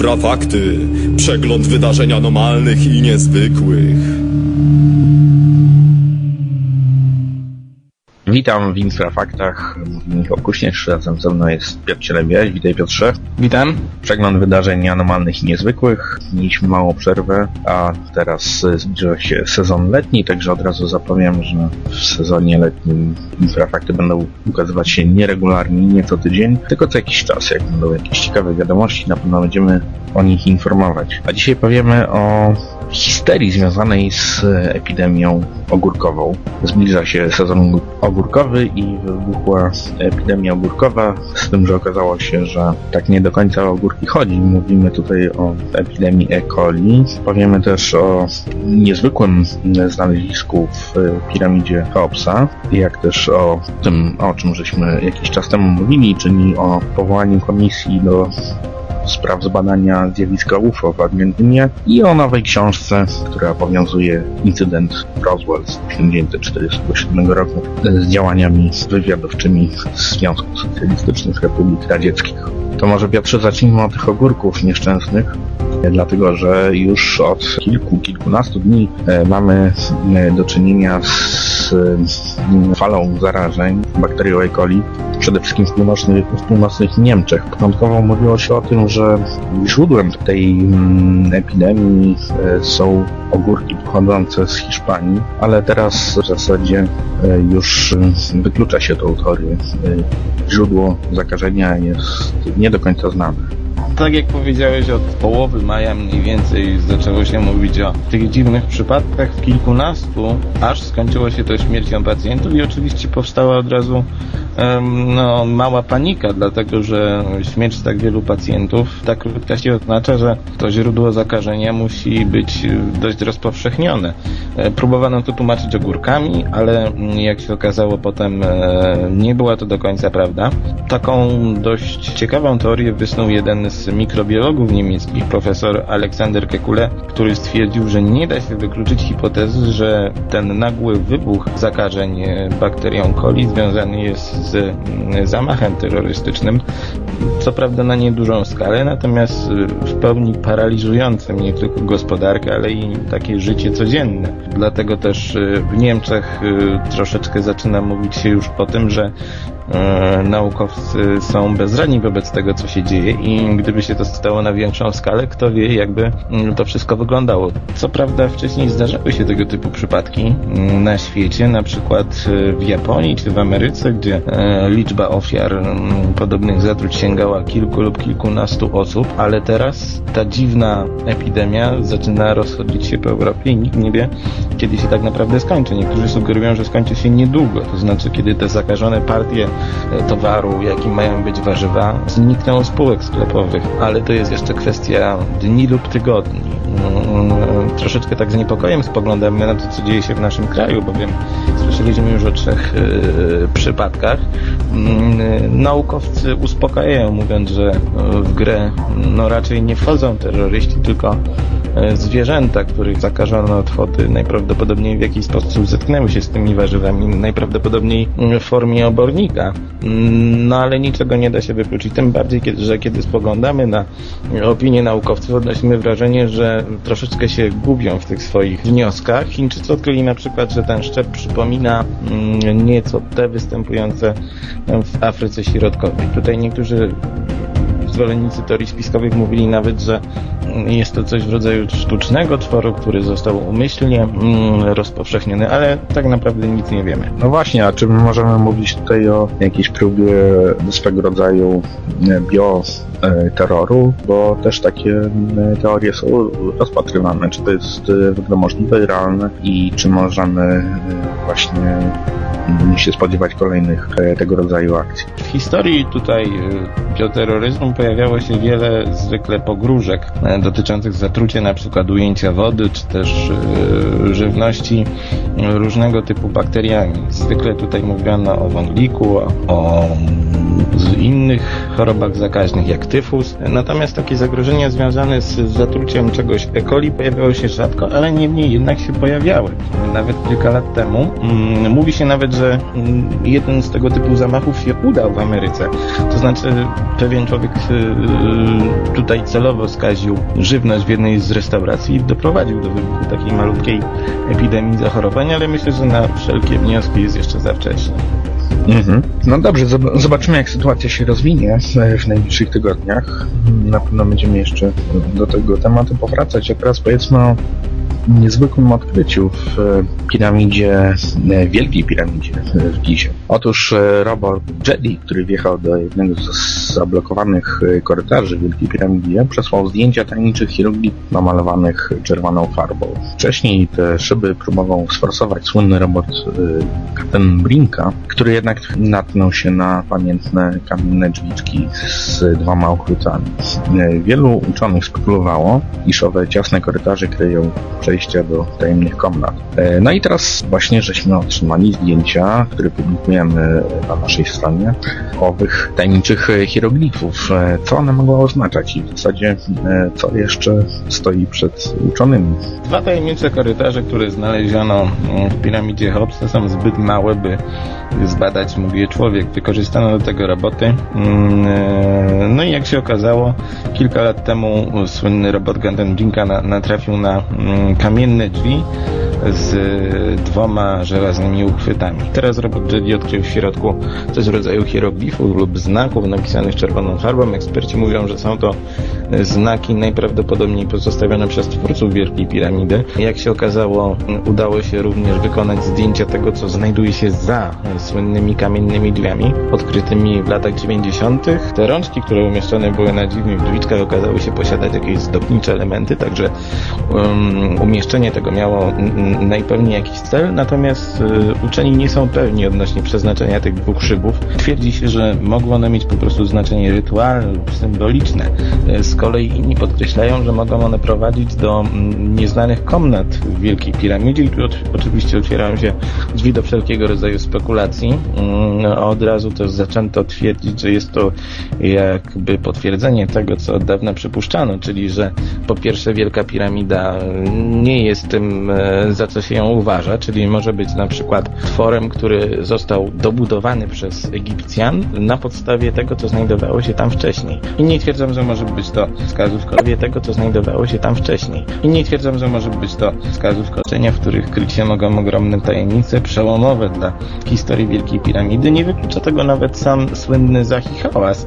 Infrafakty. Przegląd wydarzeń anormalnych i niezwykłych. Witam w Infrafaktach. Mówi Michał Kuśnierz, razem ze mną jest Piotr Cielebiaś. Witaj, Piotrze. Witam. Przegląd wydarzeń anormalnych i niezwykłych. Mieliśmy małą przerwę, a teraz zbliża się sezon letni, także od razu zapowiem, że w sezonie letnim Infrafakty będą ukazywać się nieregularnie, nie co tydzień, tylko co jakiś czas. Jak będą jakieś ciekawe wiadomości, na pewno będziemy o nich informować. A dzisiaj powiemy o histerii związanej z epidemią ogórkową. Zbliża się sezon ogórkowy i wybuchła epidemia ogórkowa, z tym, że okazało się, że tak nie do końca o ogórki chodzi. Mówimy tutaj o epidemii E. coli. Powiemy też o niezwykłym znalezisku w piramidzie Cheopsa, jak też o tym, o czym żeśmy jakiś czas temu mówili, czyli o powołaniu komisji do spraw zbadania zjawiska UFO w Argentynie i o nowej książce, która powiązuje incydent Roswell z 1947 roku z działaniami wywiadowczymi Związku Socjalistycznych Republik Radzieckich. To może, Piotrze, zacznijmy od tych ogórków nieszczęsnych, dlatego że już od kilkunastu dni mamy do czynienia z falą zarażeń bakterią E. coli, przede wszystkim w północnych Niemczech. Początkowo mówiło się o tym, że źródłem tej epidemii są ogórki pochodzące z Hiszpanii, ale teraz w zasadzie już wyklucza się tą teorię. Źródło zakażenia jest nie do końca znane. Tak jak powiedziałeś, od połowy maja mniej więcej zaczęło się mówić o tych dziwnych przypadkach w kilkunastu, aż skończyło się to śmiercią pacjentów i oczywiście powstała od razu mała panika, dlatego że śmierć tak wielu pacjentów w tak krótkości oznacza, że to źródło zakażenia musi być dość rozpowszechnione. Próbowano to tłumaczyć ogórkami, ale jak się okazało potem nie była to do końca prawda. Taką dość ciekawą teorię wysnuł jeden z mikrobiologów niemieckich, profesor Alexander Kekulé, który stwierdził, że nie da się wykluczyć hipotezy, że ten nagły wybuch zakażeń bakterią coli związany jest z zamachem terrorystycznym, co prawda na niedużą skalę, natomiast w pełni paraliżującym nie tylko gospodarkę, ale i takie życie codzienne. Dlatego też w Niemczech troszeczkę zaczyna mówić się już o tym, że naukowcy są bezradni wobec tego, co się dzieje i gdyby się to stało na większą skalę, kto wie, jakby to wszystko wyglądało. Co prawda wcześniej zdarzały się tego typu przypadki na świecie, na przykład w Japonii czy w Ameryce, gdzie liczba ofiar podobnych zatruć sięgała kilku lub kilkunastu osób, ale teraz ta dziwna epidemia zaczyna rozchodzić się po Europie i nikt nie wie, kiedy się tak naprawdę skończy. Niektórzy sugerują, że skończy się niedługo, to znaczy kiedy te zakażone partie towaru, jakim mają być warzywa, znikną z półek sklepowych, ale to jest jeszcze kwestia dni lub tygodni. Troszeczkę tak z niepokojem spoglądamy na to, co dzieje się w naszym kraju, bowiem słyszeliśmy już o 3 przypadkach. Naukowcy uspokajają, mówiąc, że w grę raczej nie wchodzą terroryści, tylko zwierzęta, których zakażono od wody, najprawdopodobniej w jakiś sposób zetknęły się z tymi warzywami, najprawdopodobniej w formie obornika. Ale niczego nie da się wykluczyć, tym bardziej, że kiedy spoglądamy na opinie naukowców, odnosimy wrażenie, że troszeczkę się gubią w tych swoich wnioskach. Chińczycy odkryli na przykład, że ten szczep przypomina nieco te występujące w Afryce Środkowej. Tutaj niektórzy zwolennicy teorii spiskowych mówili nawet, że jest to coś w rodzaju sztucznego tworu, który został umyślnie rozpowszechniony, ale tak naprawdę nic nie wiemy. No właśnie, a czy możemy mówić tutaj o jakiejś próbie swego rodzaju bioterroru, bo też takie teorie są rozpatrywane, czy to jest w ogóle możliwe, realne i czy możemy właśnie się spodziewać kolejnych tego rodzaju akcji. W historii tutaj bioterroryzmu pojawiało się wiele zwykle pogróżek dotyczących zatrucia na przykład ujęcia wody, czy też żywności różnego typu bakteriami. Zwykle tutaj mówiono o wągliku, o innych chorobach zakaźnych jak tyfus. Natomiast takie zagrożenia związane z zatruciem czegoś E. coli pojawiały się rzadko, ale niemniej jednak się pojawiały. Nawet kilka lat temu. Mówi się nawet, że jeden z tego typu zamachów się udał w Ameryce. To znaczy pewien człowiek tutaj celowo skaził żywność w jednej z restauracji i doprowadził do wybuchu takiej malutkiej epidemii zachorowań, ale myślę, że na wszelkie wnioski jest jeszcze za wcześnie. No dobrze, zobaczymy, jak sytuacja się rozwinie w najbliższych tygodniach. Na pewno będziemy jeszcze do tego tematu powracać, a teraz powiedzmy o niezwykłym odkryciu w piramidzie, Wielkiej Piramidzie w Gizie. Otóż robot Jedi, który wjechał do jednego z zablokowanych korytarzy Wielkiej Piramidy, przesłał zdjęcia tajemniczych hieroglifów namalowanych czerwoną farbą. Wcześniej te szyby próbował sforsować słynny robot Captain Brinka, który jednak natknął się na pamiętne kamienne drzwiczki z 2 okrucami. Wielu uczonych spekulowało, iż owe ciasne korytarze kryją przejścia do tajemnych komnat. No i teraz właśnie żeśmy otrzymali zdjęcia, które publikujemy na naszej stronie, owych tajemniczych hieroglifów. Co one mogą oznaczać i w zasadzie co jeszcze stoi przed uczonymi? 2 tajemnicze korytarze, które znaleziono w piramidzie Cheopsa, są zbyt małe, by zbadać mógł je człowiek. Wykorzystano do tego roboty. No i jak się okazało, kilka lat temu słynny robot Captain Brinka natrafił na kamienne drzwi z 2 żelaznymi uchwytami. Teraz robot Jedi odkrył w środku coś w rodzaju hieroglifów lub znaków napisanych czerwoną farbą. Eksperci mówią, że są to znaki najprawdopodobniej pozostawione przez twórców Wielkiej Piramidy. Jak się okazało, udało się również wykonać zdjęcia tego, co znajduje się za słynnymi kamiennymi drzwiami, odkrytymi w latach 90. Te rączki, które umieszczone były na dziwnych drzwiczkach, okazały się posiadać jakieś zdobnicze elementy, także umieszczenie tego miało najpewniej jakiś cel, natomiast uczeni nie są pewni odnośnie przeznaczenia tych 2 szybów. Twierdzi się, że mogą one mieć po prostu znaczenie rytualne lub symboliczne. Z kolei inni podkreślają, że mogą one prowadzić do nieznanych komnat w Wielkiej Piramidzie i tu oczywiście otwierają się drzwi do wszelkiego rodzaju spekulacji. Od razu też zaczęto twierdzić, że jest to jakby potwierdzenie tego, co od dawna przypuszczano, czyli że po pierwsze Wielka Piramida nie jest tym, za co się ją uważa, czyli może być na przykład tworem, który został dobudowany przez Egipcjan na podstawie tego, co znajdowało się tam wcześniej. Inni twierdzą, że może być to wskazówka tego, co znajdowało się tam wcześniej. Inni twierdzą, że może być to wskazówka, w których kryć się mogą ogromne tajemnice przełomowe dla historii Wielkiej Piramidy. Nie wyklucza tego nawet sam słynny Zahi Hałas.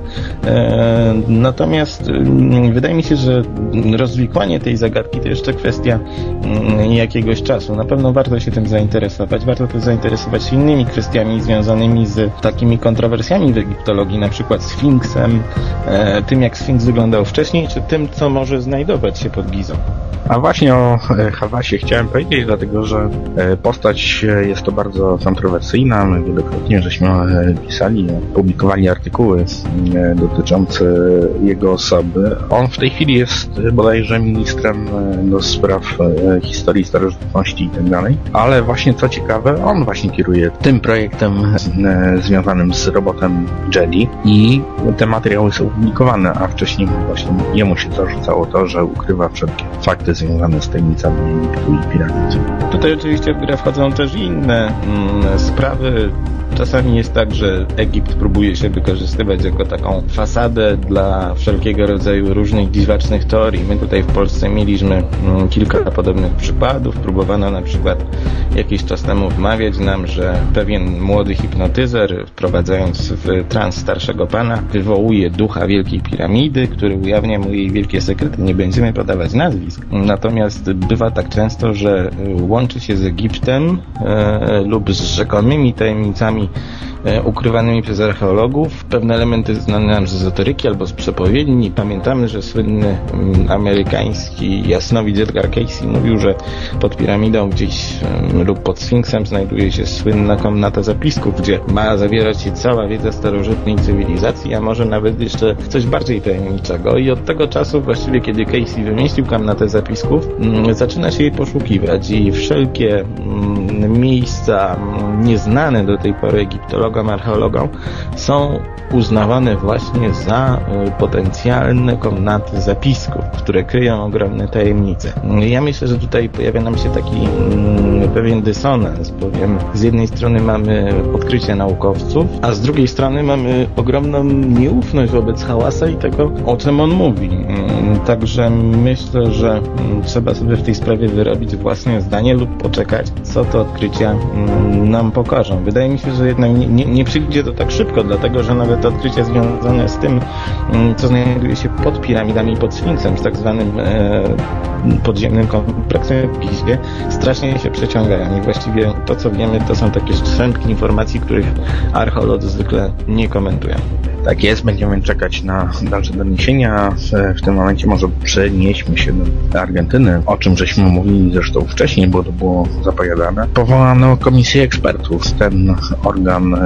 Natomiast wydaje mi się, że rozwikłanie tej zagadki to jeszcze kwestia jakiegoś czasu. Na pewno warto się tym zainteresować. Warto też zainteresować się innymi kwestiami związanymi z takimi kontrowersjami w egiptologii, na przykład Sfinksem, tym jak Sfinks wyglądał wcześniej, czy tym, co może znajdować się pod Gizą. A właśnie o Hawasie chciałem powiedzieć, dlatego że postać jest to bardzo kontrowersyjna. My wielokrotnie żeśmy pisali, publikowali artykuły dotyczące jego osoby. On w tej chwili jest bodajże ministrem do spraw historii, starożytności i tak dalej. Ale właśnie co ciekawe, on właśnie kieruje tym projektem związanym z robotem Jedi i te materiały są publikowane, a wcześniej właśnie jemu się zarzucało to, że ukrywa wszelkie fakty związane z tajemnicami Wielkiej Piramidy. Tutaj oczywiście w grę wchodzą też inne sprawy. Czasami jest tak, że Egipt próbuje się wykorzystywać jako taką fasadę dla wszelkiego rodzaju różnych dziwacznych teorii. My tutaj w Polsce mieliśmy kilka podobnych przypadów. Próbowano na przykład jakiś czas temu wmawiać nam, że pewien młody hipnotyzer, wprowadzając w trans starszego pana, wywołuje ducha Wielkiej Piramidy, który ujawnia mu jej wielkie sekrety. Nie będziemy podawać nazwisk. Natomiast bywa tak często, że łączy się z Egiptem lub z rzekomymi tajemnicami ukrywanymi przez archeologów, pewne elementy znane nam z ezoteryki albo z przepowiedni. Pamiętamy, że słynny amerykański jasnowidz Edgar Cayce mówił, że pod piramidą gdzieś lub pod Sfinksem znajduje się słynna komnata zapisków, gdzie ma zawierać się cała wiedza starożytnej cywilizacji, a może nawet jeszcze coś bardziej tajemniczego. I od tego czasu, właściwie kiedy Casey wymyślił kamnatę zapisków, zaczyna się jej poszukiwać i wszelkie miejsca nieznane do tej pory egiptologom, archeologom są uznawane właśnie za potencjalne komnaty zapisków, które kryją ogromne tajemnice. Ja myślę, że tutaj pojawia nam się taki pewien dysonans, bowiem z jednej strony mamy odkrycia naukowców, a z drugiej strony mamy ogromną nieufność wobec Hałasa i tego, o czym on mówi. Także myślę, że trzeba sobie w tej sprawie wyrobić własne zdanie lub poczekać, co te odkrycia nam pokażą. Wydaje mi się, że jednak nie przyjdzie to tak szybko, dlatego że nawet odkrycia związane z tym, co znajduje się pod piramidami i pod Sfinksem, z tak zwanym podziemnym kompleksem w Gizie, strasznie się przeciągają i właściwie to, co wiemy, to są takie strzępki informacji, których archeolodzy zwykle nie komentują. Tak jest, będziemy czekać na dalsze doniesienia. W tym momencie może przenieśmy się do Argentyny, o czym żeśmy mówili zresztą wcześniej, bo to było zapowiadane. Powołano komisję ekspertów. Ten organ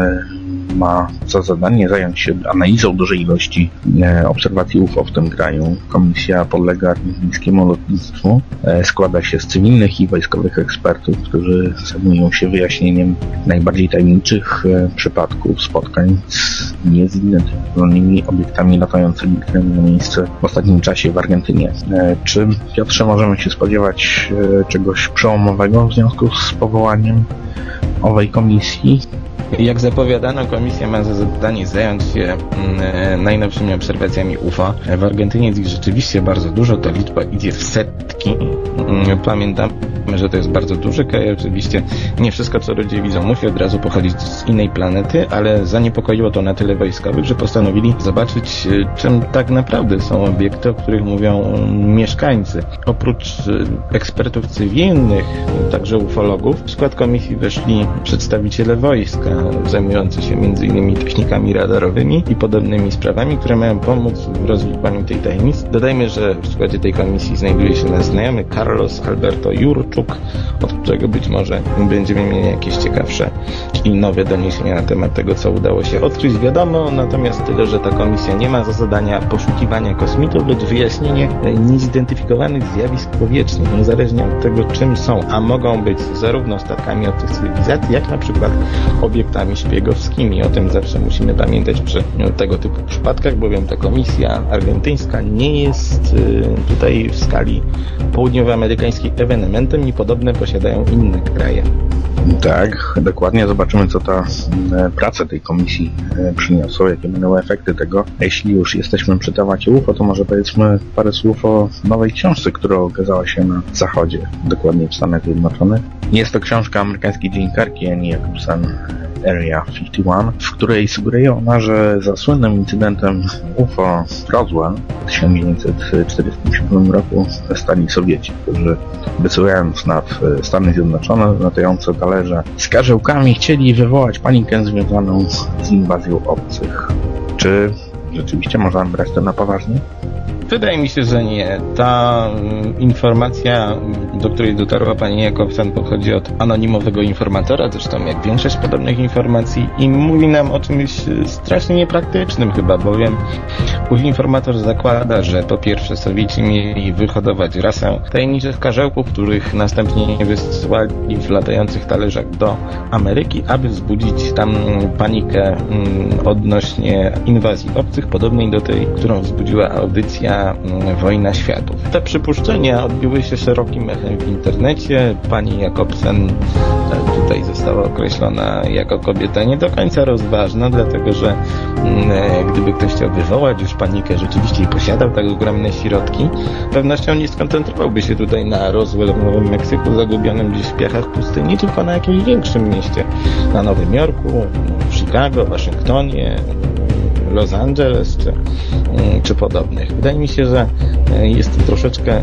ma za zadanie zająć się analizą dużej ilości obserwacji UFO w tym kraju. Komisja podlega argentyńskiemu lotnictwu. Składa się z cywilnych i wojskowych ekspertów, którzy zajmują się wyjaśnieniem najbardziej tajemniczych przypadków spotkań z niezidentyfikowanymi obiektami latającymi, które miały miejsce w ostatnim czasie w Argentynie. Czy, Piotrze, możemy się spodziewać czegoś przełomowego w związku z powołaniem owej komisji? Jak zapowiadano, komisja ma za zadanie zająć się najnowszymi obserwacjami UFO. W Argentynie jest ich rzeczywiście bardzo dużo, ta liczba idzie w setki. Pamiętam, że to jest bardzo duży kraj. Oczywiście nie wszystko, co ludzie widzą, musi od razu pochodzić z innej planety, ale zaniepokoiło to na tyle wojskowych, że postanowili zobaczyć, czym tak naprawdę są obiekty, o których mówią mieszkańcy. Oprócz ekspertów cywilnych, także ufologów, w skład komisji weszli przedstawiciele wojska, zajmujący się m.in. technikami radarowymi i podobnymi sprawami, które mają pomóc w rozwikłaniu tej tajemnicy. Dodajmy, że w składzie tej komisji znajduje się nasz znajomy Carlos Alberto Jurczuk, od którego być może będziemy mieli jakieś ciekawsze i nowe doniesienia na temat tego, co udało się odkryć. Wiadomo natomiast tyle, że ta komisja nie ma za zadania poszukiwania kosmitów, lecz wyjaśnienie niezidentyfikowanych zjawisk powietrznych, niezależnie od tego, czym są, a mogą być zarówno statkami obcych cywilizacji, jak na przykład obiektami szpiegowskimi. O tym zawsze musimy pamiętać przy tego typu przypadkach, bowiem ta komisja argentyńska nie jest tutaj w skali południowoamerykańskiej ewenementem i podobne posiadają inne kraje. Tak, dokładnie. Zobaczymy, co ta praca tej komisji przyniosła, jakie będą efekty tego. Jeśli już jesteśmy przy temacie UFO, to może powiedzmy parę słów o nowej książce, która ukazała się na zachodzie, dokładnie w Stanach Zjednoczonych. Jest to książka amerykańskiej dziennikarki Annie Jacobsen, Area 51, w której sugeruje ona, że za słynnym incydentem UFO Roswell w 1947 roku stali Sowieci, którzy wysyłając nad Stany Zjednoczone latające talerze z karzełkami chcieli wywołać panikę związaną z inwazją obcych. Czy rzeczywiście można brać to na poważnie? Wydaje mi się, że nie. Ta informacja, do której dotarła pani Jacobsen, pochodzi od anonimowego informatora, zresztą jak większość podobnych informacji, i mówi nam o czymś strasznie niepraktycznym chyba, bowiem ów informator zakłada, że po pierwsze Sowieci mieli wyhodować rasę tajemniczych karzełków, których następnie wysyłali w latających talerzach do Ameryki, aby wzbudzić tam panikę odnośnie inwazji obcych, podobnej do tej, którą wzbudziła audycja Wojna Światów. Te przypuszczenia odbiły się szerokim echem w internecie. Pani Jacobsen tutaj została określona jako kobieta nie do końca rozważna, dlatego że gdyby ktoś chciał wywołać już panikę rzeczywiście i posiadał tak ogromne środki, pewnością nie skoncentrowałby się tutaj na Roswell w Nowym Meksyku, zagubionym gdzieś w piachach pustyni, tylko na jakimś większym mieście. Na Nowym Jorku, w Chicago, Waszyngtonie, Los Angeles czy podobnych. Wydaje mi się, że jest to troszeczkę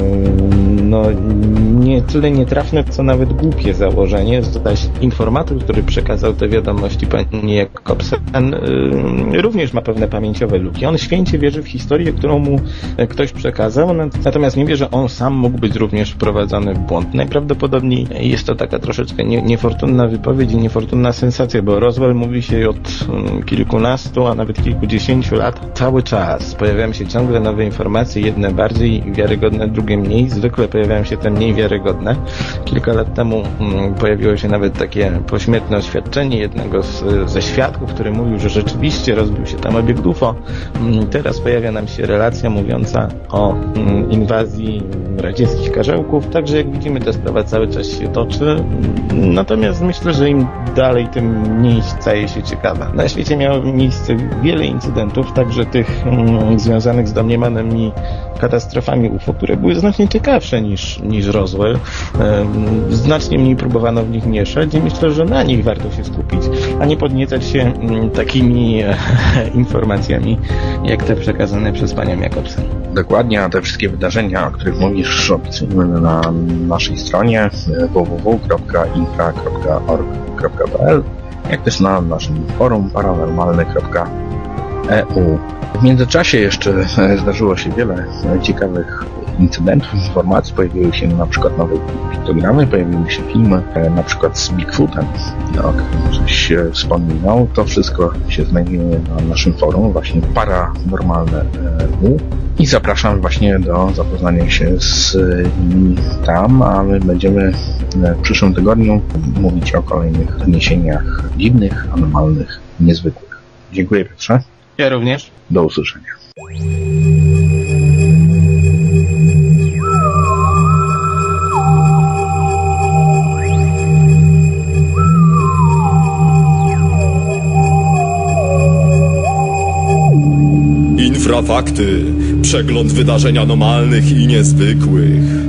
nie tyle nietrafne, co nawet głupie założenie, zaś informator, który przekazał te wiadomości pani Jacobsen, również ma pewne pamięciowe luki. On święcie wierzy w historię, którą mu ktoś przekazał, natomiast nie wie, że on sam mógł być również wprowadzony w błąd. Najprawdopodobniej jest to taka troszeczkę niefortunna wypowiedź i niefortunna sensacja, bo Roswell mówi się od kilkunastu, a nawet kilkudziesięciu lat, cały czas pojawiają się ciągle nowe informacje, jedne bardziej wiarygodne, drugie mniej. Zwykle pojawiają się te mniej wiarygodne. Kilka lat temu pojawiło się nawet takie pośmiertne oświadczenie jednego ze świadków, który mówił, że rzeczywiście rozbił się tam obiekt UFO. Teraz pojawia nam się relacja mówiąca o inwazji radzieckich karzełków, także jak widzimy, ta sprawa cały czas się toczy. Natomiast myślę, że im dalej, tym mniej staje się ciekawa. Na świecie miało miejsce wiele incydentów, także tych związanych z domniemanymi katastrofami UFO, które były znacznie ciekawsze niż Roswell. Znacznie mniej próbowano w nich mieszać i myślę, że na nich warto się skupić, a nie podniecać się takimi informacjami, jak te przekazane przez panią Jakobsen. Dokładnie, a te wszystkie wydarzenia, o których mówisz, opisujemy na naszej stronie www.infra.org.pl, jak też na naszym forum paranormalne.eu. W międzyczasie jeszcze zdarzyło się wiele ciekawych incydentów, informacji. Pojawiły się na przykład nowe piktogramy, pojawiły się filmy, na przykład z Bigfootem, o którym żeś wspominał. To wszystko się znajduje na naszym forum, właśnie paranormalne.eu. I zapraszam właśnie do zapoznania się z nimi tam, a my będziemy w przyszłym tygodniu mówić o kolejnych doniesieniach dziwnych, anormalnych, niezwykłych. Dziękuję, Piotrze. Ja również. Do usłyszenia. Infrafakty. Przegląd wydarzeń anormalnych i niezwykłych.